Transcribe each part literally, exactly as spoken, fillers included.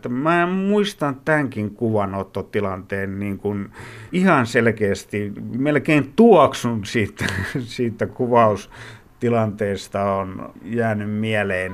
Mä muistan tämänkin kuvanottotilanteen niin kuin ihan selkeästi, melkein tuoksun siitä, siitä kuvaustilanteesta on jäänyt mieleen.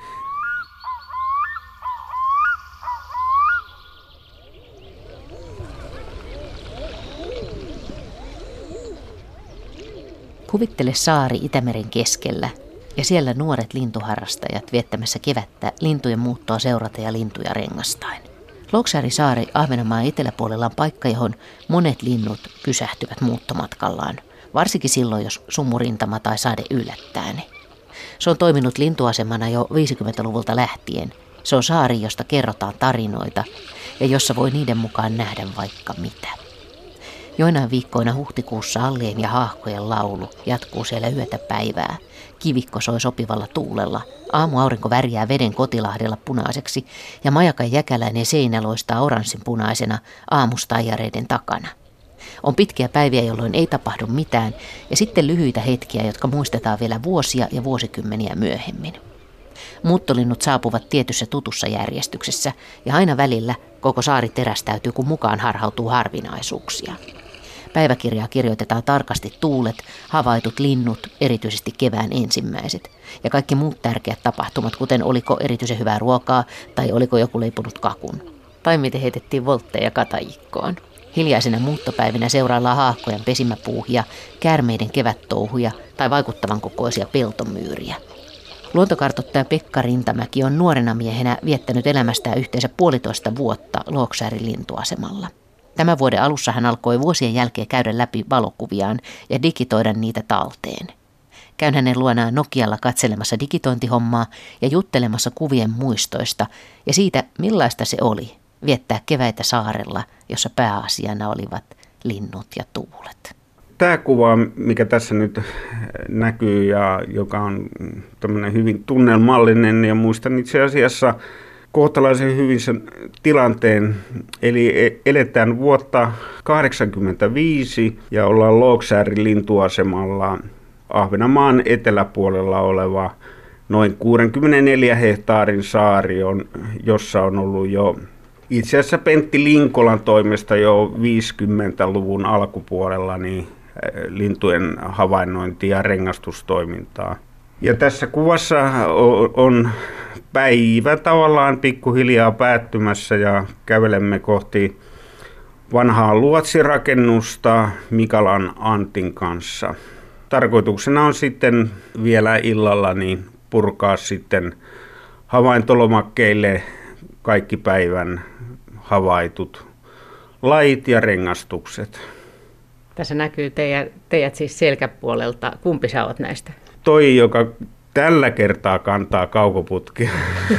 Kuvittele saari Itämeren keskellä ja siellä nuoret lintuharrastajat viettämässä kevättä lintujen muuttoa seurata ja lintuja rengastain. Louksaari-saari Ahvenanmaan eteläpuolella on paikka, johon monet linnut pysähtyvät muuttomatkallaan, varsinkin silloin, jos sumurintama tai sade yllättää ne. Se on toiminut lintuasemana jo viisikymmentäluvulta lähtien. Se on saari, josta kerrotaan tarinoita ja jossa voi niiden mukaan nähdä vaikka mitä. Joinain viikkoina huhtikuussa allien ja haahkojen laulu jatkuu siellä yötä päivää. Kivikko soi sopivalla tuulella. Aamuaurinko värjää veden kotilahdella punaiseksi ja majakan jäkäläinen seinä loistaa oranssin punaisena aamustaijareiden takana. On pitkiä päiviä, jolloin ei tapahdu mitään, ja sitten lyhyitä hetkiä, jotka muistetaan vielä vuosia ja vuosikymmeniä myöhemmin. Muuttolinnut saapuvat tietyssä tutussa järjestyksessä, ja aina välillä koko saari terästäytyy, kun mukaan harhautuu harvinaisuuksia. Päiväkirjaa kirjoitetaan tarkasti tuulet, havaitut linnut, erityisesti kevään ensimmäiset, ja kaikki muut tärkeät tapahtumat, kuten oliko erityisen hyvää ruokaa tai oliko joku leiponut kakun. Tai miten heitettiin voltteja katajikkoon. Hiljaisena muuttopäivinä seuraillaan haahkojen pesimäpuuhia, käärmeiden kevättouhuja tai vaikuttavan kokoisia peltomyyriä. Luontokartoittaja Pekka Rintamäki on nuorena miehenä viettänyt elämästään yhteensä puolitoista vuotta Louksarin lintuasemalla. Tämän vuoden alussa hän alkoi vuosien jälkeen käydä läpi valokuviaan ja digitoida niitä talteen. Käyn hänen luonaan Nokialla katselemassa digitointihommaa ja juttelemassa kuvien muistoista ja siitä, millaista se oli viettää keväitä saarella, jossa pääasiana olivat linnut ja tuulet. Tämä kuva, mikä tässä nyt näkyy ja joka on tämmöinen hyvin tunnelmallinen, ja muistan itse asiassa kohtalaisen hyvin sen tilanteen. Eli eletään vuotta kahdeksankymmentäviisi ja ollaan Louksarin lintuasemalla, Ahvenanmaan eteläpuolella oleva noin kuusikymmentäneljä hehtaarin saari, on, jossa on ollut jo itse asiassa Pentti Linkolan toimesta jo viisikymmentäluvun alkupuolella niin lintujen havainnointi- ja rengastustoimintaa. Ja tässä kuvassa on päivä tavallaan pikkuhiljaa päättymässä ja kävelemme kohti vanhaa luotsirakennusta Mikalan Antin kanssa. Tarkoituksena on sitten vielä illalla niin purkaa sitten havaintolomakkeille kaikki päivän havaitut lajit ja rengastukset. Tässä näkyy teijät, teijät siis selkäpuolelta. Kumpi sä oot näistä? Toi, joka tällä kertaa kantaa kaukoputkia.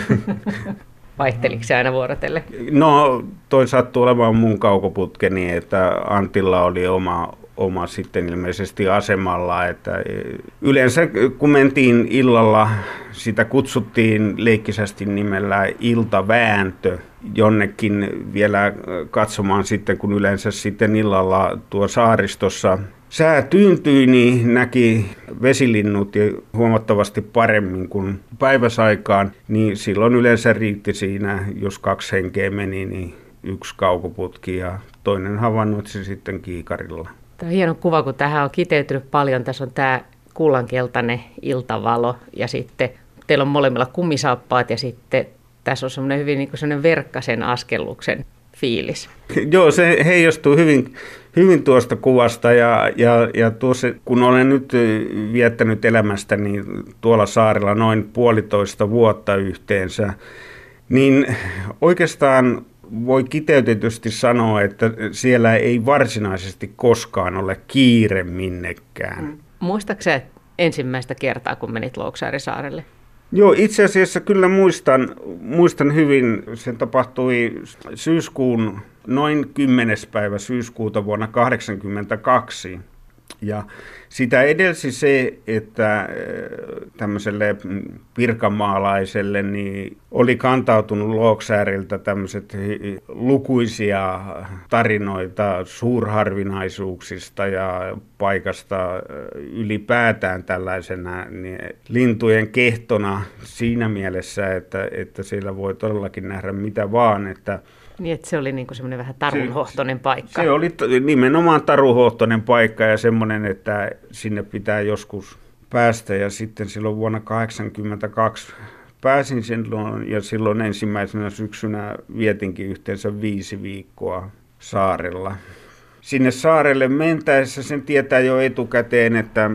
Vaihteliko se aina vuorotelle? No, toi sattuu olemaan mun kaukoputkeni, että Antilla oli oma, oma sitten ilmeisesti asemalla. Että yleensä kun mentiin illalla, sitä kutsuttiin leikkisästi nimellä iltavääntö jonnekin vielä katsomaan sitten, kun yleensä sitten illalla tuo saaristossa sää tyyntyi, niin näki vesilinnut huomattavasti paremmin kuin päiväsaikaan, niin silloin yleensä riitti siinä, jos kaksi henkeä meni, niin yksi kaukoputki ja toinen havainnoitsi sitten kiikarilla. Tämä on hieno kuva, kun tähän on kiteytynyt paljon. Tässä on tämä kullankeltainen iltavalo ja sitten teillä on molemmilla kumisaappaat ja sitten tässä on semmoinen hyvin niin kuin semmoinen verkkaisen askelluksen fiilis. Joo, se heijastuu hyvin, hyvin tuosta kuvasta ja, ja, ja tuossa, kun olen nyt viettänyt elämästäni tuolla saarella noin puolitoista vuotta yhteensä, niin oikeastaan voi kiteytetysti sanoa, että siellä ei varsinaisesti koskaan ole kiire minnekään. Mm. Muistatko sä ensimmäistä kertaa, kun menit Louksaari-saarelle? Joo, itse asiassa kyllä muistan, muistan hyvin. Se tapahtui syyskuun, noin kymmenes päivä syyskuuta vuonna kahdeksankymmentäkaksi. Ja Sitä edelsi se, että tämmöiselle pirkanmaalaiselle niin oli kantautunut Looksääriltä tämmöiset lukuisia tarinoita suurharvinaisuuksista ja paikasta ylipäätään tällaisena niin lintujen kehtona siinä mielessä, että, että siellä voi todellakin nähdä mitä vaan, että niin, että se oli niin kuin semmoinen vähän tarunhohtoinen paikka. Se oli nimenomaan tarunhohtoinen paikka ja semmoinen, että sinne pitää joskus päästä. Ja sitten silloin vuonna tuhatyhdeksänsataakahdeksankymmentäkaksi pääsin silloin ja silloin ensimmäisenä syksynä vietinkin yhteensä viisi viikkoa saarella. Sinne saarelle mentäessä sen tietää jo etukäteen, että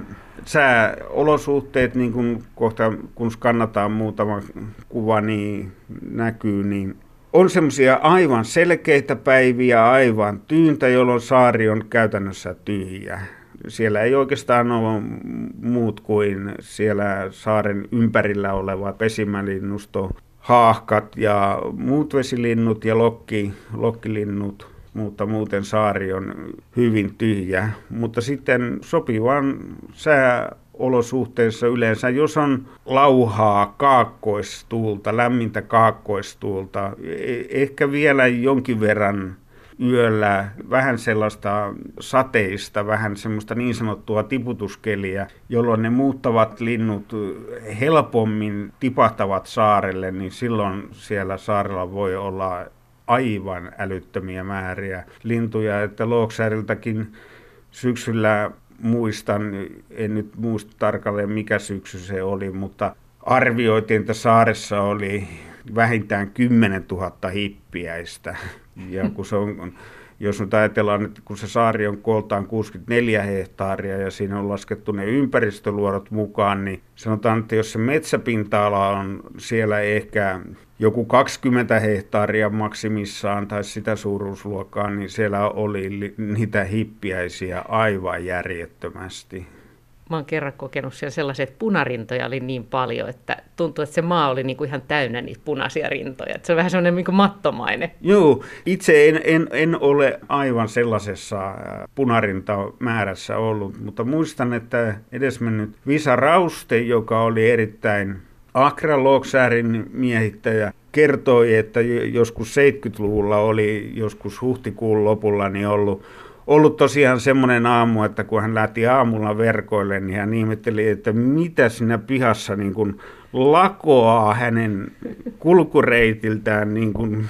sääolosuhteet, niin kuin kohta kun skannataan muutama kuva, niin näkyy, niin on semmoisia aivan selkeitä päiviä, aivan tyyntä, jolloin saari on käytännössä tyhjä. Siellä ei oikeastaan ole muut kuin siellä saaren ympärillä oleva pesimälinnusto, haahkat ja muut vesilinnut ja lokki, lokkilinnut, mutta muuten saari on hyvin tyhjä. Mutta sitten sopivan sää olosuhteissa yleensä, jos on lauhaa kaakkoistuulta, lämmintä kaakkoistuulta, ehkä vielä jonkin verran yöllä vähän sellaista sateista, vähän semmoista niin sanottua tiputuskeliä, jolloin ne muuttavat linnut helpommin tipahtavat saarelle, niin silloin siellä saarella voi olla aivan älyttömiä määriä lintuja, että Looksääriltäkin syksyllä muistan, en nyt muista tarkalleen mikä syksy se oli, mutta arvioitiin, että saaressa oli vähintään kymmenen tuhatta hippiäistä. Ja kun se on, jos nyt ajatellaan, että kun se saari on kooltaan kuusikymmentäneljä hehtaaria ja siinä on laskettu ne ympäristöluodot mukaan, niin sanotaan, että jos se metsäpinta-ala on siellä ehkä joku kaksikymmentä hehtaaria maksimissaan tai sitä suuruusluokkaa, niin siellä oli niitä hippiäisiä aivan järjettömästi. Mä oon kerran kokenut siellä sellaiset, että punarintoja oli niin paljon, että tuntui, että se maa oli niinku ihan täynnä niitä punaisia rintoja. Että se on vähän sellainen niinku mattomainen. Joo, itse en, en, en ole aivan sellaisessa punarintamäärässä ollut, mutta muistan, että edesmennyt Visa Rauste, joka oli erittäin ahkera Looksäärin miehittäjä, kertoi, että joskus seitsemänkymmentäluvulla oli joskus huhtikuun lopulla niin ollut Ollut tosiaan semmoinen aamu, että kun hän lähti aamulla verkoille, niin hän ihmetteli, että mitä siinä pihassa niin kuin lakoaa hänen kulkureitiltään niin kuin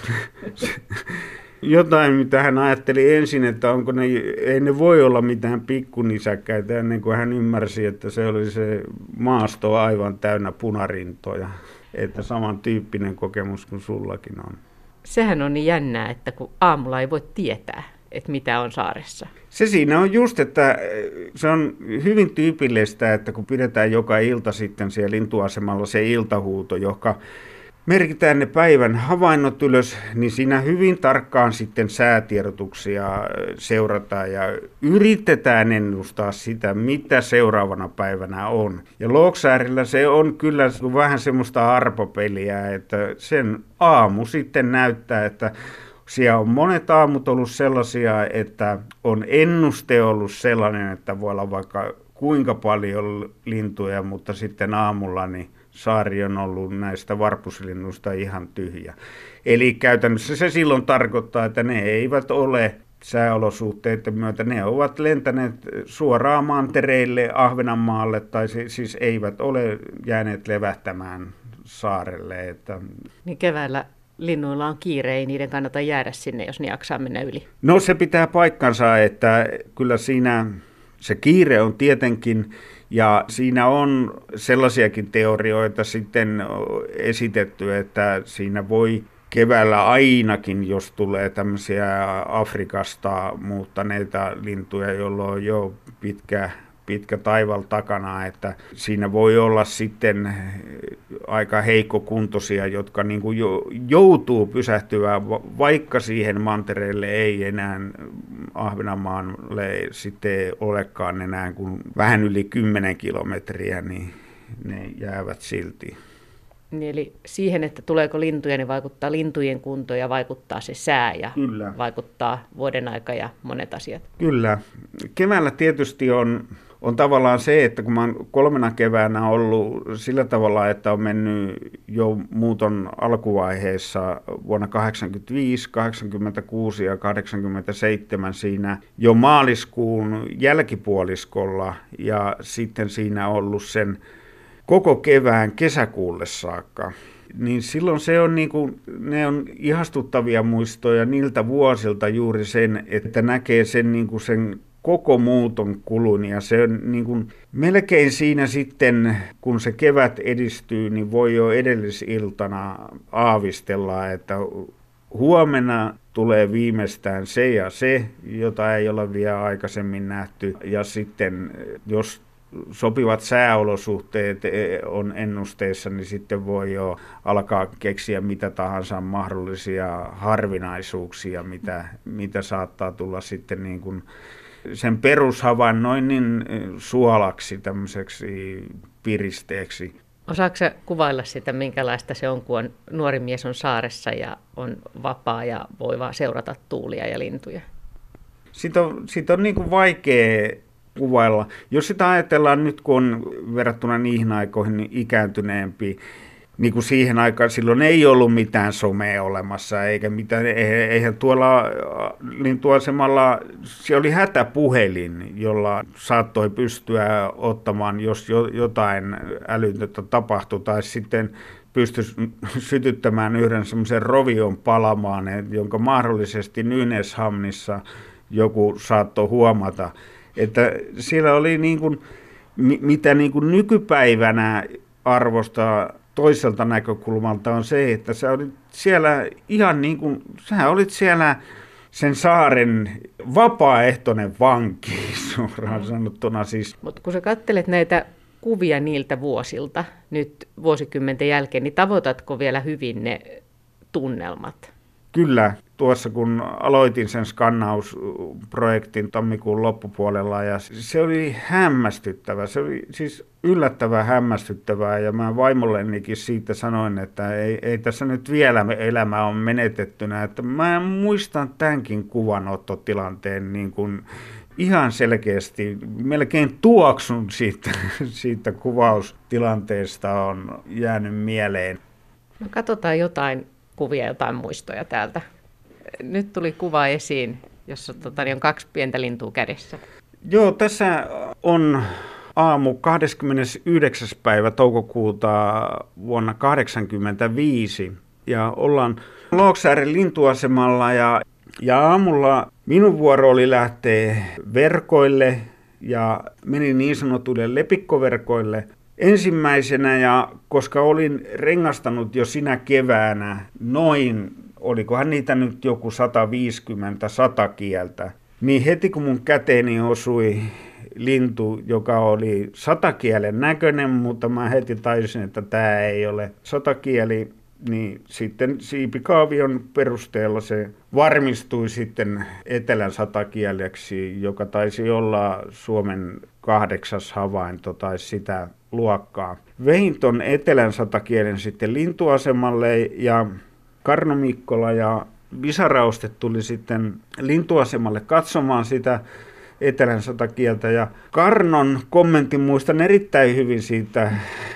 jotain, mitä hän ajatteli ensin, että onko ne, ei ne voi olla mitään pikkunisäkkäitä, ennen kuin hän ymmärsi, että se oli se maasto aivan täynnä punarintoja. Että samantyyppinen kokemus kuin sullakin on. Sehän on niin jännää, että kun aamulla ei voi tietää, että mitä on saaressa. Se siinä on just, että se on hyvin tyypillistä, että kun pidetään joka ilta sitten siellä lintuasemalla se iltahuuto, joka merkitään ne päivän havainnot ylös, niin siinä hyvin tarkkaan sitten säätiedotuksia seurataan ja yritetään ennustaa sitä, mitä seuraavana päivänä on. Ja Looksäärillä se on kyllä vähän semmoista arpopeliä, että sen aamu sitten näyttää, että siellä on monet aamut ollut sellaisia, että on ennuste ollut sellainen, että voi olla vaikka kuinka paljon lintuja, mutta sitten aamulla niin saari on ollut näistä varpuslinnusta ihan tyhjä. Eli käytännössä se silloin tarkoittaa, että ne eivät ole sääolosuhteiden myötä, ne ovat lentäneet suoraan mantereille, Ahvenanmaalle, tai siis eivät ole jääneet levähtämään saarelle. Että niin keväällä linnuilla on kiire, ei niiden kannata jäädä sinne, jos ne jaksaa mennä yli. No se pitää paikkansa, että kyllä siinä se kiire on tietenkin, ja siinä on sellaisiakin teorioita sitten esitetty, että siinä voi keväällä ainakin, jos tulee tämmöisiä Afrikasta muuttaneita lintuja, jolloin on jo pitkä pitkä taival takana, että siinä voi olla sitten aika heikkokuntoisia, jotka niin kuin jo, joutuu pysähtyä, vaikka siihen mantereelle ei enää Ahvenanmaalle sitten olekaan enää kuin vähän yli kymmenen kilometriä, niin ne jäävät silti. Niin eli siihen, että tuleeko lintuja, niin vaikuttaa lintujen kunto ja vaikuttaa se sää ja Kyllä. vaikuttaa vuoden aika ja monet asiat. Kyllä. Keväällä tietysti on on tavallaan se, että kun mä oon kolmena keväänä ollut sillä tavalla, että on mennyt jo muuton alkuvaiheessa vuonna kahdeksankymmentäviisi, kahdeksankymmentäkuusi ja kahdeksankymmentäseitsemän siinä jo maaliskuun jälkipuoliskolla ja sitten siinä ollut sen koko kevään kesäkuulle saakka. Niin silloin se on niin kuin, ne on ihastuttavia muistoja niiltä vuosilta juuri sen, että näkee sen, niin kuin sen koko muuton kulun ja se on niin kuin, melkein siinä sitten, kun se kevät edistyy, niin voi jo edellisiltana aavistella, että huomenna tulee viimeistään se ja se, jota ei ole vielä aikaisemmin nähty ja sitten jos sopivat sääolosuhteet on ennusteissa, niin sitten voi jo alkaa keksiä mitä tahansa mahdollisia harvinaisuuksia, mitä, mitä saattaa tulla sitten niin kuin sen perushavainnoinnin suolaksi, tämmöiseksi piristeeksi. Osaatko sä kuvailla sitä, minkälaista se on, kun on, nuori mies on saaressa ja on vapaa ja voi vaan seurata tuulia ja lintuja? Siitä on, siitä on niin kuin vaikea kuvailla. Jos sitä ajatellaan nyt, kun on verrattuna niihin aikoihin niin ikääntyneempi, niin kuin siihen aikaan silloin ei ollut mitään somea olemassa, eikä mitään, eihän tuolla lintuasemalla, se oli hätäpuhelin, jolla saattoi pystyä ottamaan, jos jotain älytöntä tapahtui, tai sitten pystyisi sytyttämään yhden semmoisen rovion palamaan, jonka mahdollisesti Nynäshamnissa joku saattoi huomata. Että siellä oli niin kuin, mitä niin kuin nykypäivänä arvostaa toiselta näkökulmalta on se, että sä olit siellä ihan niin kuin, sä olit siellä sen saaren vapaaehtoinen vanki, suoraan sanottuna siis. Mutta kun sä katselet näitä kuvia niiltä vuosilta, nyt vuosikymmenten jälkeen, niin tavoitatko vielä hyvin ne tunnelmat? Kyllä, tuossa kun aloitin sen skannausprojektin tammikuun loppupuolella ja se oli hämmästyttävä, se oli siis yllättävän hämmästyttävää ja mä vaimollenikin siitä sanoin, että ei, ei tässä nyt vielä elämä on menetettynä, että mä muistan tämänkin kuvanottotilanteen niin kuin ihan selkeästi, melkein tuoksun siitä, siitä kuvaustilanteesta on jäänyt mieleen. No katsotaan jotain kuvia, jotain muistoja täältä. Nyt tuli kuva esiin, jossa tota, niin on kaksi pientä lintua kädessä. Joo, tässä on aamu kahdeskymmenesyhdeksäs päivä toukokuuta vuonna kahdeksankymmentäviisi ja ollaan Looksaaren lintuasemalla ja, ja aamulla minun vuoro oli lähteä verkoille ja menin niin sanotuille lepikkoverkoille ensimmäisenä ja koska olin rengastanut jo sinä keväänä noin, olikohan niitä nyt joku sata viisikymmentä satakieltä, niin heti kun mun käteeni osui lintu, joka oli satakielen näköinen, mutta mä heti tajusin, että tämä ei ole satakieli, niin sitten siipikaavion perusteella se varmistui sitten etelän satakieleksi, joka taisi olla Suomen kahdeksas havainto tai sitä luokkaa. Vein ton etelän satakielen sitten lintuasemalle ja Karno Mikkola ja Visa Rauste tuli sitten lintuasemalle katsomaan sitä etelän satakieltä ja Karnon kommentin muistan erittäin hyvin siitä,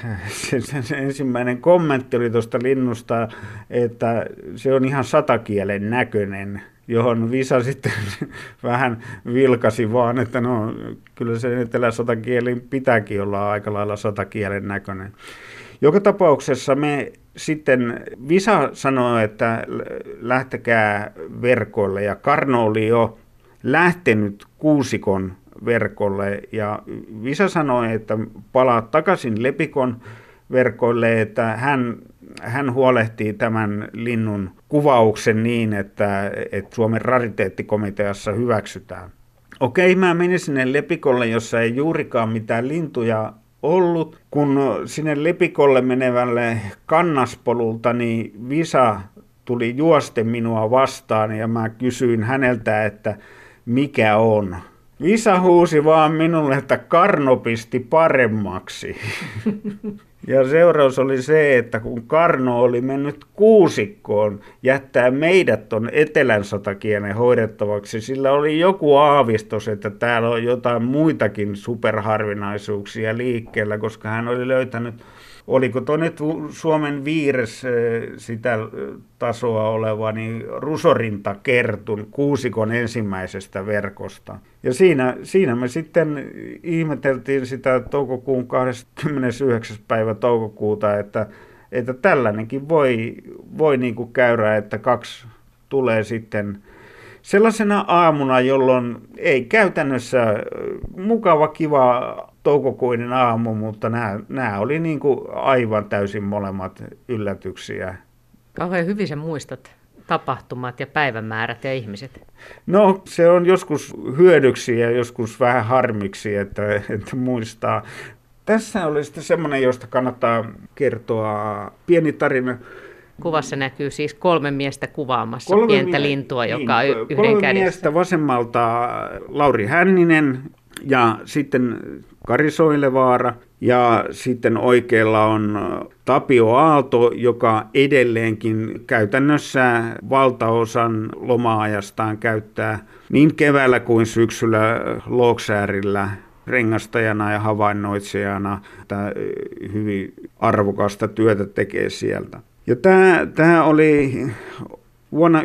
se, se, se ensimmäinen kommentti oli tuosta linnusta, että se on ihan satakielen näköinen, johon Visa sitten vähän vilkasi vaan, että no kyllä se etelän satakielin pitääkin olla aika lailla satakielen näköinen. Joka tapauksessa me sitten Visa sanoi, että lähtekää verkoille ja Karno oli jo lähtenyt kuusikon verkolle ja Visa sanoi, että palaa takaisin lepikon verkoille, että hän, hän huolehtii tämän linnun kuvauksen niin, että, että Suomen rariteettikomiteassa hyväksytään. Okei, mä menin sinne lepikolle, jossa ei juurikaan mitään lintuja ollut. Kun sinne lepikolle menevälle kannaspolulta, niin Visa tuli juosten minua vastaan ja mä kysyin häneltä, että mikä on. Visa huusi vaan minulle, että Karno pisti paremmaksi. Ja seuraus oli se, että kun Karno oli mennyt kuusikkoon jättää meidät ton etelän sotakielen hoidettavaksi, sillä oli joku aavistus, että täällä on jotain muitakin superharvinaisuuksia liikkeellä, koska hän oli löytänyt, oliko tuo nyt Suomen viires sitä tasoa oleva, niin Rusorintakertun kuusikon ensimmäisestä verkosta. Ja siinä, siinä me sitten ihmeteltiin sitä toukokuun kahdeskymmenesyhdeksäs päivä toukokuuta, että, että tällainenkin voi, voi niin kuin käydä, että kaksi tulee sitten sellaisena aamuna, jolloin ei käytännössä mukava, kiva toukokuinen aamu, mutta nämä, nämä oli niin kuin aivan täysin molemmat yllätyksiä. Kauhean hyvin sä muistat tapahtumat ja päivämäärät ja ihmiset. No se on joskus hyödyksi ja joskus vähän harmiksi, että, että muistaa. Tässä oli sitten semmoinen, josta kannattaa kertoa pieni tarina. Kuvassa näkyy siis kolme miestä kuvaamassa kolme pientä mie- lintua, joka niin, on yhden kolme kädessä. Miestä vasemmalta Lauri Hänninen ja sitten Kari Soilevaara ja sitten oikealla on Tapio Aalto, joka edelleenkin käytännössä valtaosan loma-ajastaan käyttää niin keväällä kuin syksyllä Looksäärillä rengastajana ja havainnoitsijana. Tämä hyvin arvokasta työtä tekee sieltä. Ja tämä, tämä oli vuonna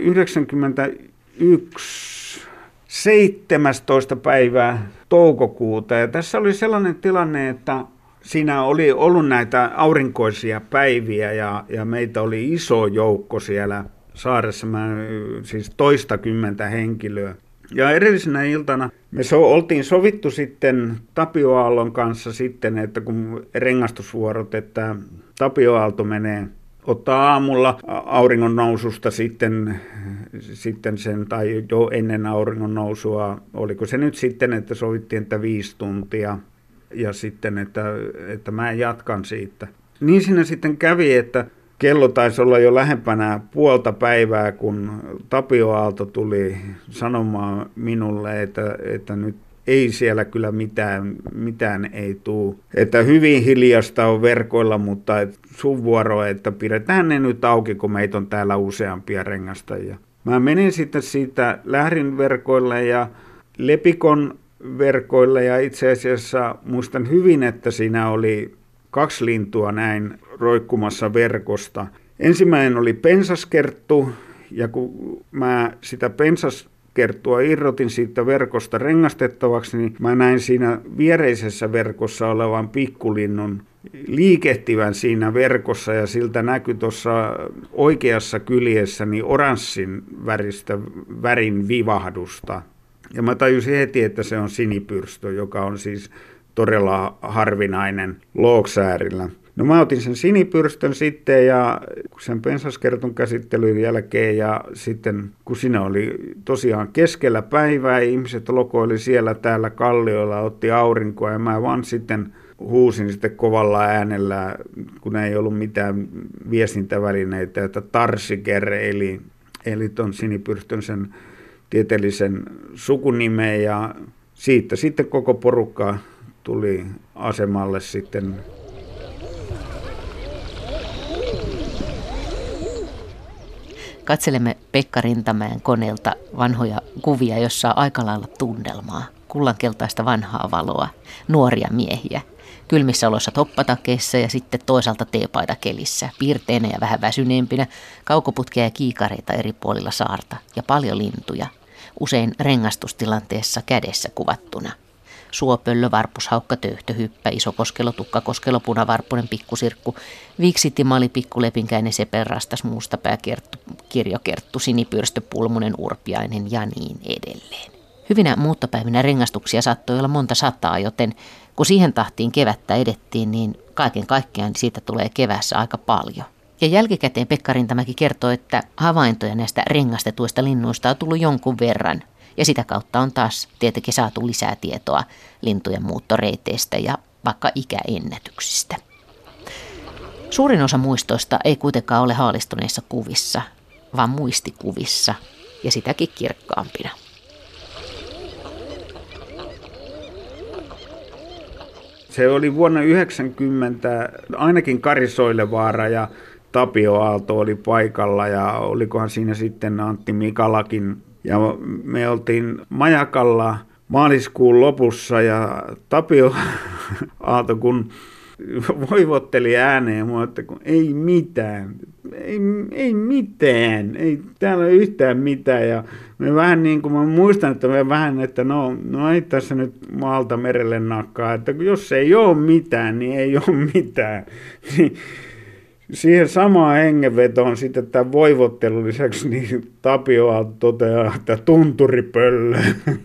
yhdeksänkymmentäyksi seitsemästoista päivää toukokuuta. Ja tässä oli sellainen tilanne, että siinä oli ollut näitä aurinkoisia päiviä ja, ja meitä oli iso joukko siellä saaressa, mä, siis toistakymmentä henkilöä. Ja edellisenä iltana me so, oltiin sovittu sitten Tapio Aallon kanssa sitten, että kun rengastusvuorot, että Tapio Aalto menee ottaa aamulla auringon noususta sitten, sitten sen, tai jo ennen auringon nousua, oliko se nyt sitten, että sovittiin, että viisi tuntia, ja sitten, että, että mä jatkan siitä. Niin siinä sitten kävi, että kello taisi olla jo lähempänä puolta päivää, kun Tapio Aalto tuli sanomaan minulle, että, että nyt ei siellä kyllä mitään, mitään ei tule. Että hyvin hiljasta on verkoilla, mutta sun vuoro, että pidetään ne nyt auki, kun meitä on täällä useampia rengastajia. Mä menin sitten siitä Lähdin verkoille ja Lepikon verkoille ja itse asiassa muistan hyvin, että siinä oli kaksi lintua näin roikkumassa verkosta. Ensimmäinen oli pensaskerttu ja kun mä sitä pensaskerttua irrotin siitä verkosta rengastettavaksi, niin mä näin siinä viereisessä verkossa olevan pikkulinnun liikehtivän siinä verkossa ja siltä näkyi tuossa oikeassa kyljessä niin oranssin väristä värin vivahdusta. Ja mä tajusin heti, että se on sinipyrstö, joka on siis todella harvinainen Looksäärillä. No mä otin sen sinipyrstön sitten ja sen pensaskertun käsittelyn jälkeen ja sitten kun siinä oli tosiaan keskellä päivää ja ihmiset lokoili siellä täällä kallioilla, otti aurinkoa ja mä vaan sitten huusin sitten kovalla äänellä, kun ei ollut mitään viestintävälineitä, että Tarsiker eli, eli ton sinipyrstön sen tieteellisen sukunimeen ja siitä sitten koko porukka tuli asemalle sitten. Katselemme Pekka Rintamäen koneelta vanhoja kuvia, jossa on aika lailla tunnelmaa. Kullankeltaista vanhaa valoa, nuoria miehiä. Kylmissä oloissa toppatakeissa ja sitten toisaalta teepaidakelissä, piirteinä ja vähän väsyneempinä, kaukoputkia ja kiikareita eri puolilla saarta ja paljon lintuja, usein rengastustilanteessa kädessä kuvattuna. Suopöllö, varpushaukka, töyhtöhyppä, isokoskelo, tukkakoskelo, punavarpunen, pikkusirkku, viiksitimali, pikkulepinkäinen, sepelrastas, muustapääkerttu, kirjokerttu, sinipyrstö, pulmunen, urpiainen ja niin edelleen. Hyvinä muuttopäivinä rengastuksia saattoi olla monta sataa, joten kun siihen tahtiin kevättä edettiin, niin kaiken kaikkiaan siitä tulee keväässä aika paljon. Ja jälkikäteen Pekka Rintamäki kertoo, että havaintoja näistä rengastetuista linnuista on tullut jonkun verran. Ja sitä kautta on taas tietenkin saatu lisää tietoa lintujen muuttoreiteistä ja vaikka ikäennätyksistä. Suurin osa muistoista ei kuitenkaan ole haalistuneissa kuvissa, vaan muistikuvissa ja sitäkin kirkkaampina. Se oli vuonna yhdeksänkymmentä, ainakin Kari Soilevaara ja Tapio Aalto oli paikalla ja olikohan siinä sitten Antti Mikalakin. Ja me oltiin majakalla maaliskuun lopussa ja Tapio Aalto kun voivotteli ääneen mua, että kun ei mitään, ei, ei mitään, ei täällä ole yhtään mitään. Ja me vähän niin kuin, mä muistan, että me vähän, että no, no ei tässä nyt maalta merelle nakkaa, että jos ei ole mitään, niin ei ole mitään. Siihen samaan hengenvetoon sitten tämän voivottelun lisäksi niin Tapio Aalto toteaa, että tunturipöllö.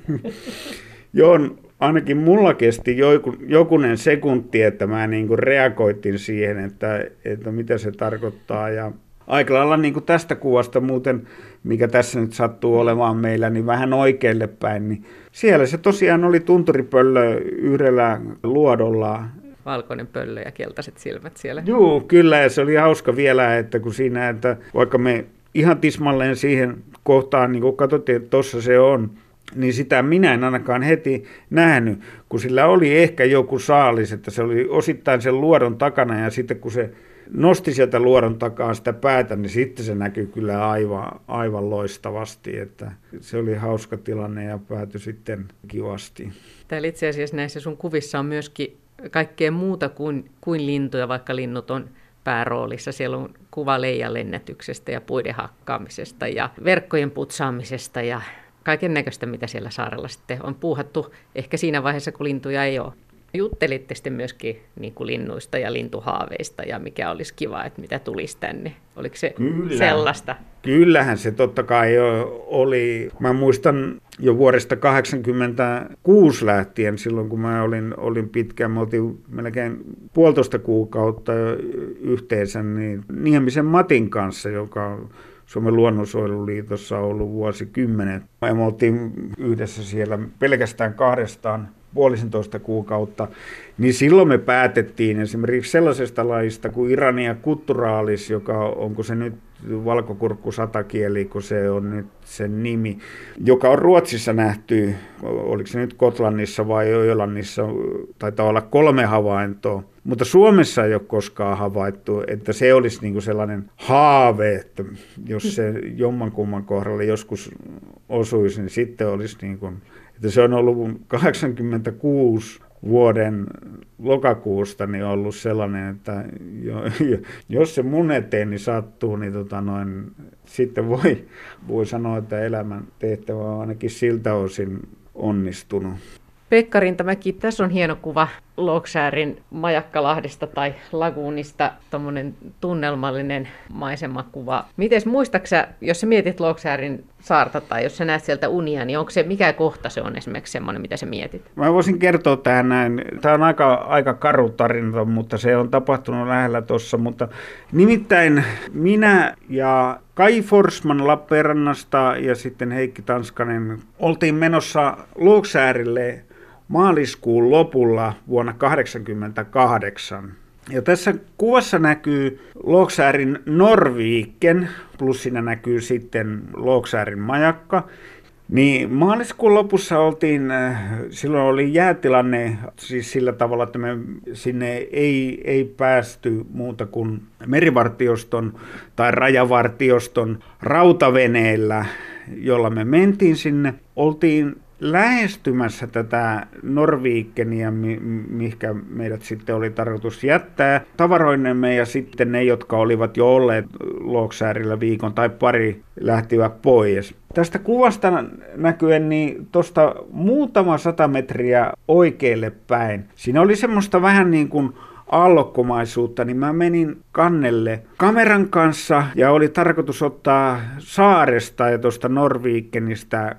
Joo, ainakin mulla kesti jokunen sekunti, että mä niin kuin reagoitin siihen, että, että mitä se tarkoittaa. Ja aika lailla niin kuin tästä kuvasta muuten, mikä tässä nyt sattuu olemaan meillä, niin vähän oikealle päin. Niin siellä se tosiaan oli tunturipöllö yhdellä luodolla. Valkoinen pöllö ja keltaiset silmät siellä. Joo, kyllä, ja se oli hauska vielä, että kun siinä, että vaikka me ihan tismalleen siihen kohtaan, niin kun katsottiin, että tuossa se on, niin sitä minä en ainakaan heti nähnyt, kun sillä oli ehkä joku saalis, että se oli osittain sen luodon takana, ja sitten kun se nosti sieltä luodon takaa sitä päätä, niin sitten se näkyi kyllä aivan, aivan loistavasti, että se oli hauska tilanne ja päätyi sitten kivasti. Täällä itse asiassa näissä sun kuvissa on myöskin kaikkea muuta kuin, kuin lintuja, vaikka linnut on pääroolissa. Siellä on kuva leijan lennätyksestä ja puiden hakkaamisesta ja verkkojen putsaamisesta ja kaiken näköistä, mitä siellä saarella sitten on puuhattu ehkä siinä vaiheessa, kun lintuja ei ole. Juttelitte sitten myöskin niin kuin linnuista ja lintuhaaveista ja mikä olisi kiva, että mitä tulisi tänne. Oliko se Kyllä. sellaista? Kyllähän se totta kai jo oli. Mä muistan jo vuodesta kahdeksankymmentäkuusi lähtien, silloin kun mä olin, olin pitkään, me oltiin melkein puolitoista kuukautta yhteensä, niin Niemisen Matin kanssa, joka Suomen luonnonsuojeluliitossa on ollut vuosikymmenet. Me oltiin yhdessä siellä pelkästään kahdestaan puolisentoista kuukautta, niin silloin me päätettiin esimerkiksi sellaisesta lajista kuin Irania culturalis, joka onko se nyt valkokurkku satakieli, kun se on nyt sen nimi, joka on Ruotsissa nähty, oliko se nyt Kotlannissa vai Öölannissa, taitaa olla kolme havaintoa, mutta Suomessa ei ole koskaan havaittu, että se olisi niin kuin sellainen haave, että jos se jommankumman kohdalle joskus osuisi, niin sitten olisi niin kuin, että se on ollut kahdeksankymmentäkuusi vuoden lokakuusta niin on ollut sellainen, että jo, jos se mun eteeni sattuu, niin tota noin, sitten voi, voi sanoa, että elämän tehtävä on ainakin siltä osin onnistunut. Pekka Rintamäki, tässä on hieno kuva Lågskärin majakkalahdesta tai laguunista, tommonen tunnelmallinen maisemakuva. Mites muistaksä, jos sä mietit Lågskärin saarta tai jos sä näet sieltä unia, niin onko se, mikä kohta se on esimerkiksi semmoinen, mitä sä mietit? Mä voisin kertoa tähän näin. Tämä on aika, aika karu tarina, mutta se on tapahtunut lähellä tuossa. Mutta nimittäin minä ja Kai Forsman Lappeenrannasta ja sitten Heikki Tanskanen oltiin menossa Lågskärille maaliskuun lopulla vuonna tuhatyhdeksänsataakahdeksankymmentäkahdeksan. Ja tässä kuvassa näkyy Lågskärin Norrviken, plus siinä näkyy sitten Lågskärin majakka. Niin maaliskuun lopussa oltiin, silloin oli jäätilanne siis sillä tavalla, että me sinne ei, ei päästy muuta kuin merivartioston tai rajavartioston rautaveneellä, jolla me mentiin sinne. Oltiin lähestymässä tätä Norrvikenia, mihinkä meidät sitten oli tarkoitus jättää tavaroinemme, ja sitten ne, jotka olivat jo olleet Lågskärillä viikon tai pari, lähtivät pois. Tästä kuvasta näkyen niin tuosta muutama sata metriä oikealle päin. Siinä oli semmoista vähän niin kuin aallokkomaisuutta, niin mä menin kannelle kameran kanssa ja oli tarkoitus ottaa saaresta ja tuosta Norrvikenistä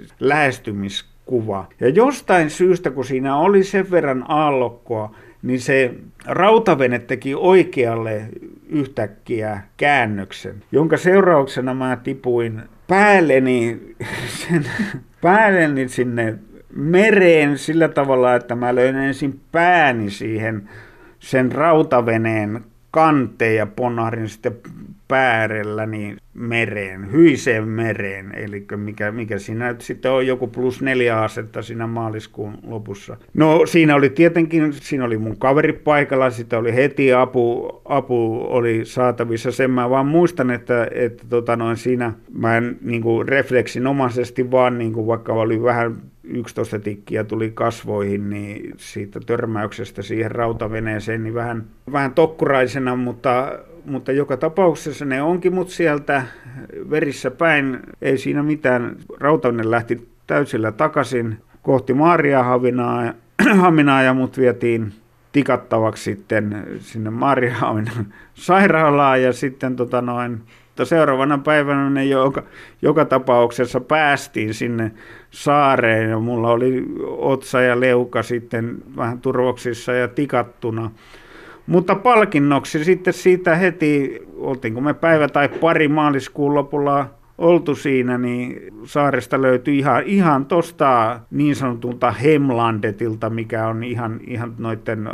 lähestymiskuva. Ja jostain syystä, kun siinä oli sen verran aallokkoa, niin se rautavene teki oikealle yhtäkkiä käännöksen, jonka seurauksena mä tipuin päälleni, sen, päälleni sinne mereen sillä tavalla, että mä löin ensin pääni siihen sen rautaveneen kanteen ja ponnahdin sitten päärellä niin mereen, hyiseen mereen, eli mikä, mikä siinä nyt sitten on joku plus neljä asetta siinä maaliskuun lopussa. No siinä oli tietenkin, siinä oli mun kaveri paikalla, sitä oli heti apu, apu oli saatavissa, sen mä vaan muistan, että, että tota noin siinä mä en niin kuin refleksinomaisesti vaan niin kuin vaikka oli vähän yksitoista tikkiä tuli kasvoihin, niin siitä törmäyksestä siihen rautaveneeseen niin vähän, vähän tokkuraisena, mutta, mutta joka tapauksessa ne onkin mut sieltä verissä päin, ei siinä mitään. Rautavene lähti täysillä takaisin kohti Maarianhaminaa Haminaa ja mut vietiin tikattavaksi sitten sinne Maarianhaminan sairaalaan ja sitten tota noin, seuraavana päivänä ne joka, joka tapauksessa päästiin sinne saareen ja mulla oli otsa ja leuka sitten vähän turvoksissa ja tikattuna. Mutta palkinnoksi sitten siitä heti, oltiinko me päivä tai pari maaliskuun lopulla oltu siinä, niin saaresta löytyi ihan, ihan tuosta niin sanotulta Hemlandetilta, mikä on ihan, ihan noiden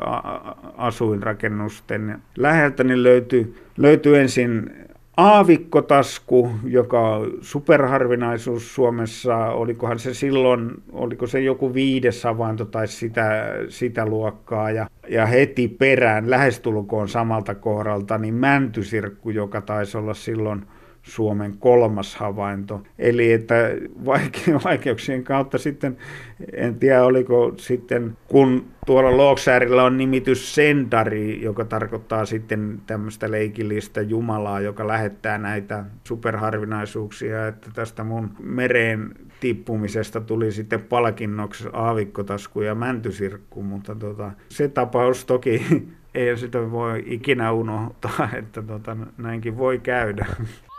asuinrakennusten läheltä, niin löytyi, löytyi ensin aavikkotasku, joka on superharvinaisuus Suomessa, olikohan se silloin, oliko se joku viides havainto tai sitä, sitä luokkaa, ja, ja heti perään, lähestulkoon samalta kohdalta, niin mäntysirkku, joka taisi olla silloin Suomen kolmas havainto. Eli että vaike- vaikeuksien kautta sitten, en tiedä oliko sitten, kun tuolla Lågskärillä on nimitys Sendari, joka tarkoittaa sitten tämmöistä leikillistä jumalaa, joka lähettää näitä superharvinaisuuksia, että tästä mun mereen tippumisesta tuli sitten palkinnoksi aavikkotasku ja mäntysirkku, mutta tota, se tapaus toki ei sitä voi ikinä unohtaa, että tota, näinkin voi käydä.